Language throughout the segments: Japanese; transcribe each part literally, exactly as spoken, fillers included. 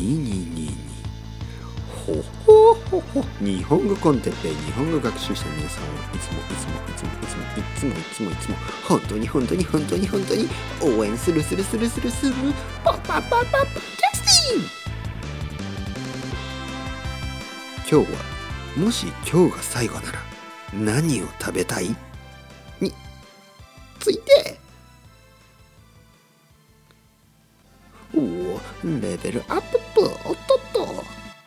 ににににほほほほ日本語コンテッペイ日本語学習者の皆さんをいつもいつもいつもいつもいつもいつもいつも本当に本当に本当に本当に応援するするするするするパパパパパキャスティン今日はもし今日が最後なら何を食べたいについておおレベルアップとおっとっと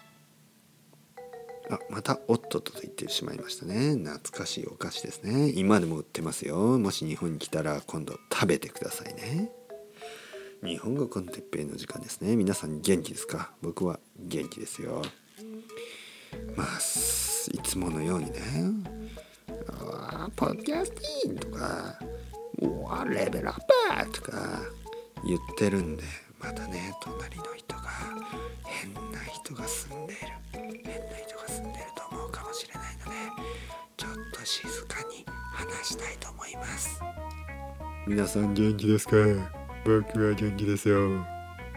あまたおっとっとと言ってしまいましたね。懐かしいお菓子ですね。今でも売ってますよ。もし日本に来たら今度食べてくださいね。日本語コンテッペイの時間ですね。皆さん元気ですか？僕は元気ですよ。まあいつものようにねあポッドキャスティンとかうわレベルアップとか言ってるんでまたね隣の人が変な人が住んでいる変な人が住んでいると思うかもしれないのでちょっと静かに話したいと思います。皆さん元気ですか？僕は元気ですよ。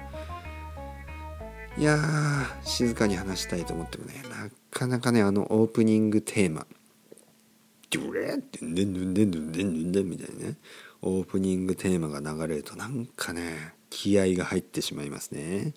いやー静かに話したいと思ってもねなかなかねあのオープニングテーマジュレーってんでんでんでんでんでんでんみたいなねオープニングテーマが流れるとなんかね気合が入ってしまいますね。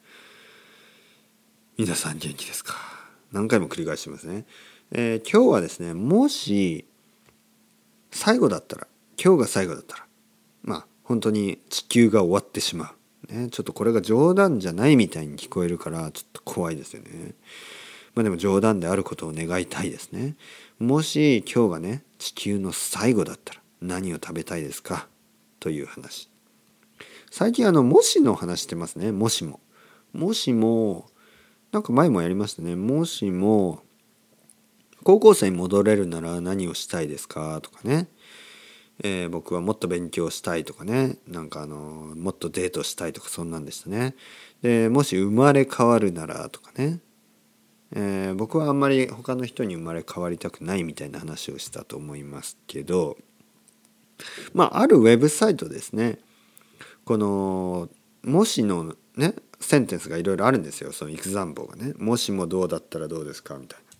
皆さん元気ですか？何回も繰り返しますね、えー、今日はですねもし最後だったら今日が最後だったらまあ本当に地球が終わってしまうね、ちょっとこれが冗談じゃないみたいに聞こえるからちょっと怖いですよね。まあでも冗談であることを願いたいですね。もし今日がね地球の最後だったら何を食べたいですかという話。最近あのもしの話してますね。もしももしもなんか前もやりましたね。もしも高校生に戻れるなら何をしたいですかとかね、えー、僕はもっと勉強したいとかねなんかあのもっとデートしたいとかそんなんでしたね。でもし生まれ変わるならとかね、えー、僕はあんまり他の人に生まれ変わりたくないみたいな話をしたと思いますけどまああるウェブサイトですねこのもしのねセンテンスがいろいろあるんですよ。そのエクザンポがねもしもどうだったらどうですかみたいな。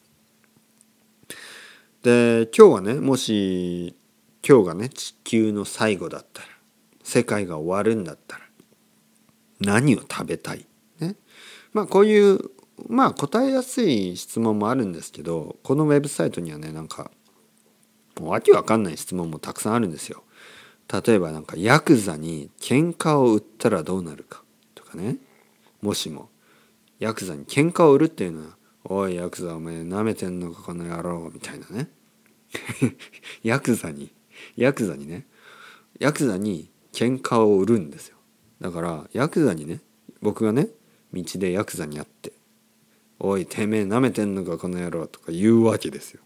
で今日はねもし今日がね地球の最後だったら世界が終わるんだったら何を食べたいね。まあこういうまあ答えやすい質問もあるんですけどこのウェブサイトにはねなんかもうわけわかんない質問もたくさんあるんですよ。例えばなんかヤクザに喧嘩を売ったらどうなるかとかね。もしもヤクザに喧嘩を売るっていうのはおいヤクザお前舐めてんのかこの野郎みたいなねヤクザにヤクザにねヤクザに喧嘩を売るんですよ。だからヤクザにね僕がね道でヤクザに会っておいてめえ舐めてんのかこの野郎とか言うわけですよ。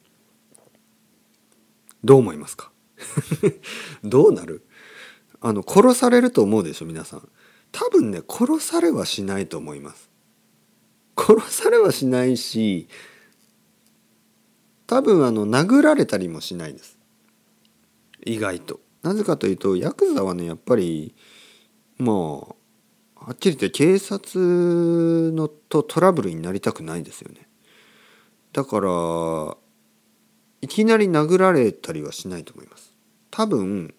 どう思いますかどうなる？あの殺されると思うでしょ皆さん。多分ね殺されはしないと思います。殺されはしないし多分あの殴られたりもしないです。意外となぜかというとヤクザはねやっぱりまあはっきり言って警察のとトラブルになりたくないですよね。だからいきなり殴られたりはしないと思います。多分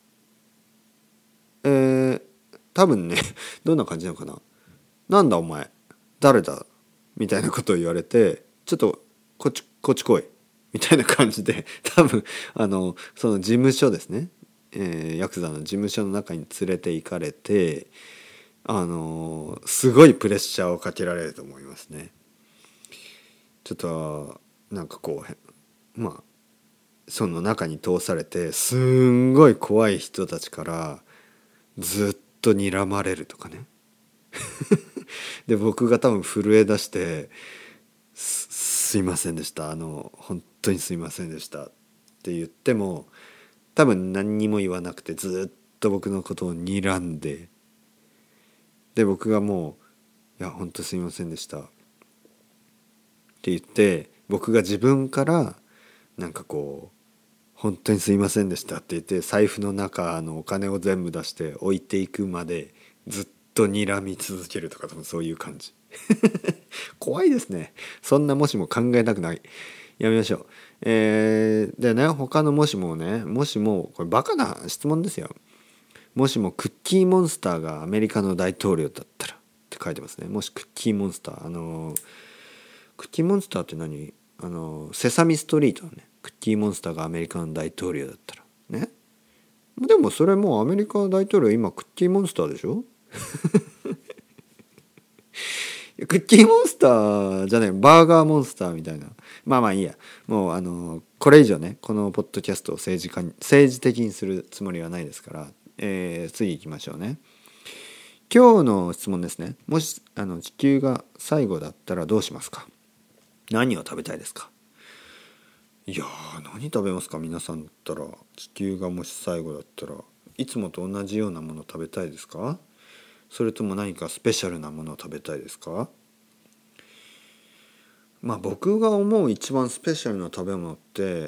えー、多分ねどんな感じなのかな。なんだお前誰だみたいなことを言われてちょっとこっちこっち来いみたいな感じで多分あのその事務所ですね、えー、ヤクザの事務所の中に連れて行かれてあのすごいプレッシャーをかけられると思いますね。ちょっとなんかこうまあその中に通されてすんごい怖い人たちからずっと睨まれるとかねで僕が多分震え出してす, すいませんでしたあの本当にすいませんでしたって言っても多分何にも言わなくてずっと僕のことを睨んでで僕がもういや本当すいませんでしたって言って僕が自分からなんかこう本当にすいませんでしたって言って財布の中のお金を全部出して置いていくまでずっとと睨み続けるとか、多分そういう感じ怖いですね。そんなもしも考えたくない。やめましょう。えー、でね、他のもしもね、もしもこれバカな質問ですよ。もしもクッキーモンスターがアメリカの大統領だったらって書いてますね。もしクッキーモンスター、あのクッキーモンスターって何？あのセサミストリートのね、クッキーモンスターがアメリカの大統領だったらね。でもそれもうアメリカ大統領今クッキーモンスターでしょクッキーモンスターじゃないバーガーモンスターみたいな。まあまあいいや。もうあのこれ以上ねこのポッドキャストを政治家に政治的にするつもりはないですから、えー、次行きましょうね。今日の質問ですね。もしあの地球が最後だったらどうしますか？何を食べたいですか？いやー何食べますか皆さんだったら。地球がもし最後だったらいつもと同じようなもの食べたいですか？それとも何かスペシャルなものを食べたいですか？まあ僕が思う一番スペシャルな食べ物って、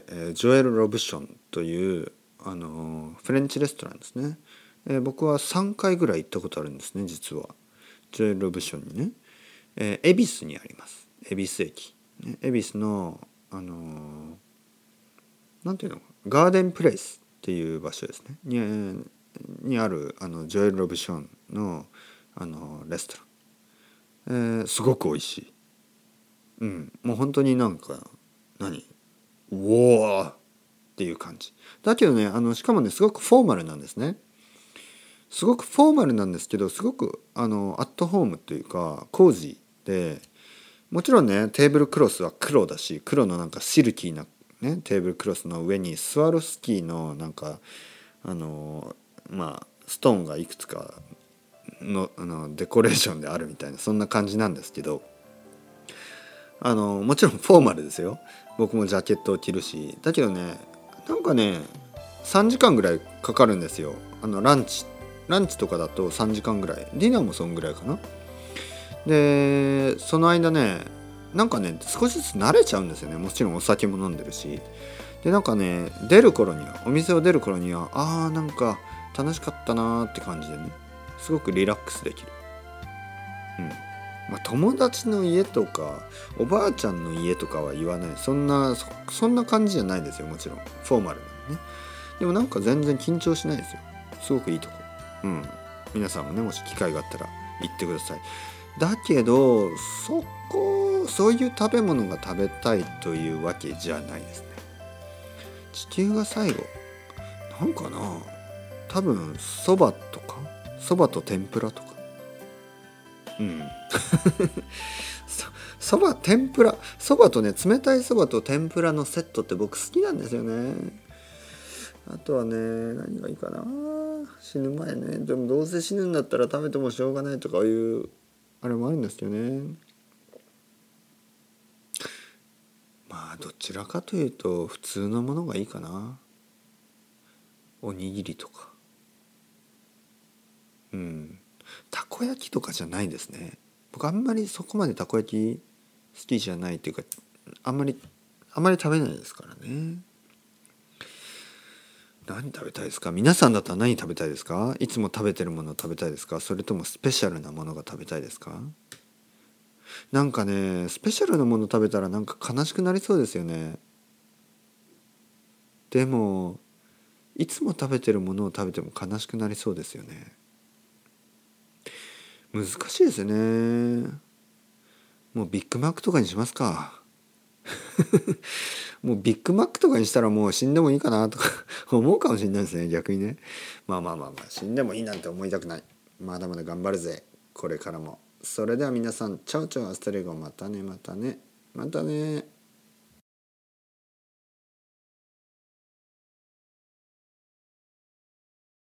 えージョエル・ロブションという、あのーフレンチレストランですね。えー僕はさんかいぐらい行ったことあるんですね実は。ジョエル・ロブションにね、えー恵比寿にあります。恵比寿駅、ね、恵比寿のあのーなんていうのガーデンプレイスっていう場所ですねに、えーにあるあのジョエル・ロブションの、あのレストラン、えーすごく美味しい。うん、もう本当になんか何うおーっていう感じだけどね、あのしかもねすごくフォーマルなんですね。すごくフォーマルなんですけどすごくあのアットホームというかコージーで、もちろんねテーブルクロスは黒だし、黒のなんかシルキーな、ね、テーブルクロスの上にスワロフスキーのなんかあのまあストーンがいくつかの、あのデコレーションであるみたいなそんな感じなんですけど、あのもちろんフォーマルですよ。僕もジャケットを着るし、だけどねなんかねさんじかんぐらいかかるんですよ。あのランチランチとかだとさんじかんぐらい、ディナーもそんぐらいかな。でその間ねなんかね少しずつ慣れちゃうんですよね。もちろんお酒も飲んでるし、でなんかね出る頃にはお店を出る頃にはあーなんか楽しかったなーって感じでね、すごくリラックスできる。うんまあ、友達の家とかおばあちゃんの家とかは言わない、そんな そ, そんな感じじゃないですよ。もちろんフォーマルなのね。でもなんか全然緊張しないですよ。すごくいいとこ。うん皆さんもねもし機会があったら行ってください。だけどそこそういう食べ物が食べたいというわけじゃないですね。地球が最後なんかな、多分そばとかそばと天ぷらとか、うんそば天ぷらそばとね冷たいそばと天ぷらのセットって僕好きなんですよね。あとはね何がいいかな、死ぬ前ね、でもどうせ死ぬんだったら食べてもしょうがないとかいうあれもあるんですよね。まあどちらかというと普通のものがいいかな。おにぎりとか、うんたこ焼きとかじゃないですね。僕あんまりそこまでたこ焼き好きじゃないっていうか、あんまりあんまり食べないですからね。何食べたいですか？皆さんだったら何食べたいですか？いつも食べてるものを食べたいですか？それともスペシャルなものが食べたいですか？なんかねスペシャルなもの食べたらなんか悲しくなりそうですよね。でもいつも食べてるものを食べても悲しくなりそうですよね。難しいですね。もうビッグマックとかにしますか。もうビッグマックとかにしたらもう死んでもいいかなとか思うかもしれないですね逆にね。まあまあまあまあ死んでもいいなんて思いたくない。まだまだ頑張るぜこれからも。それでは皆さんチャオチャオアスタレゴ、またねまたねまたね。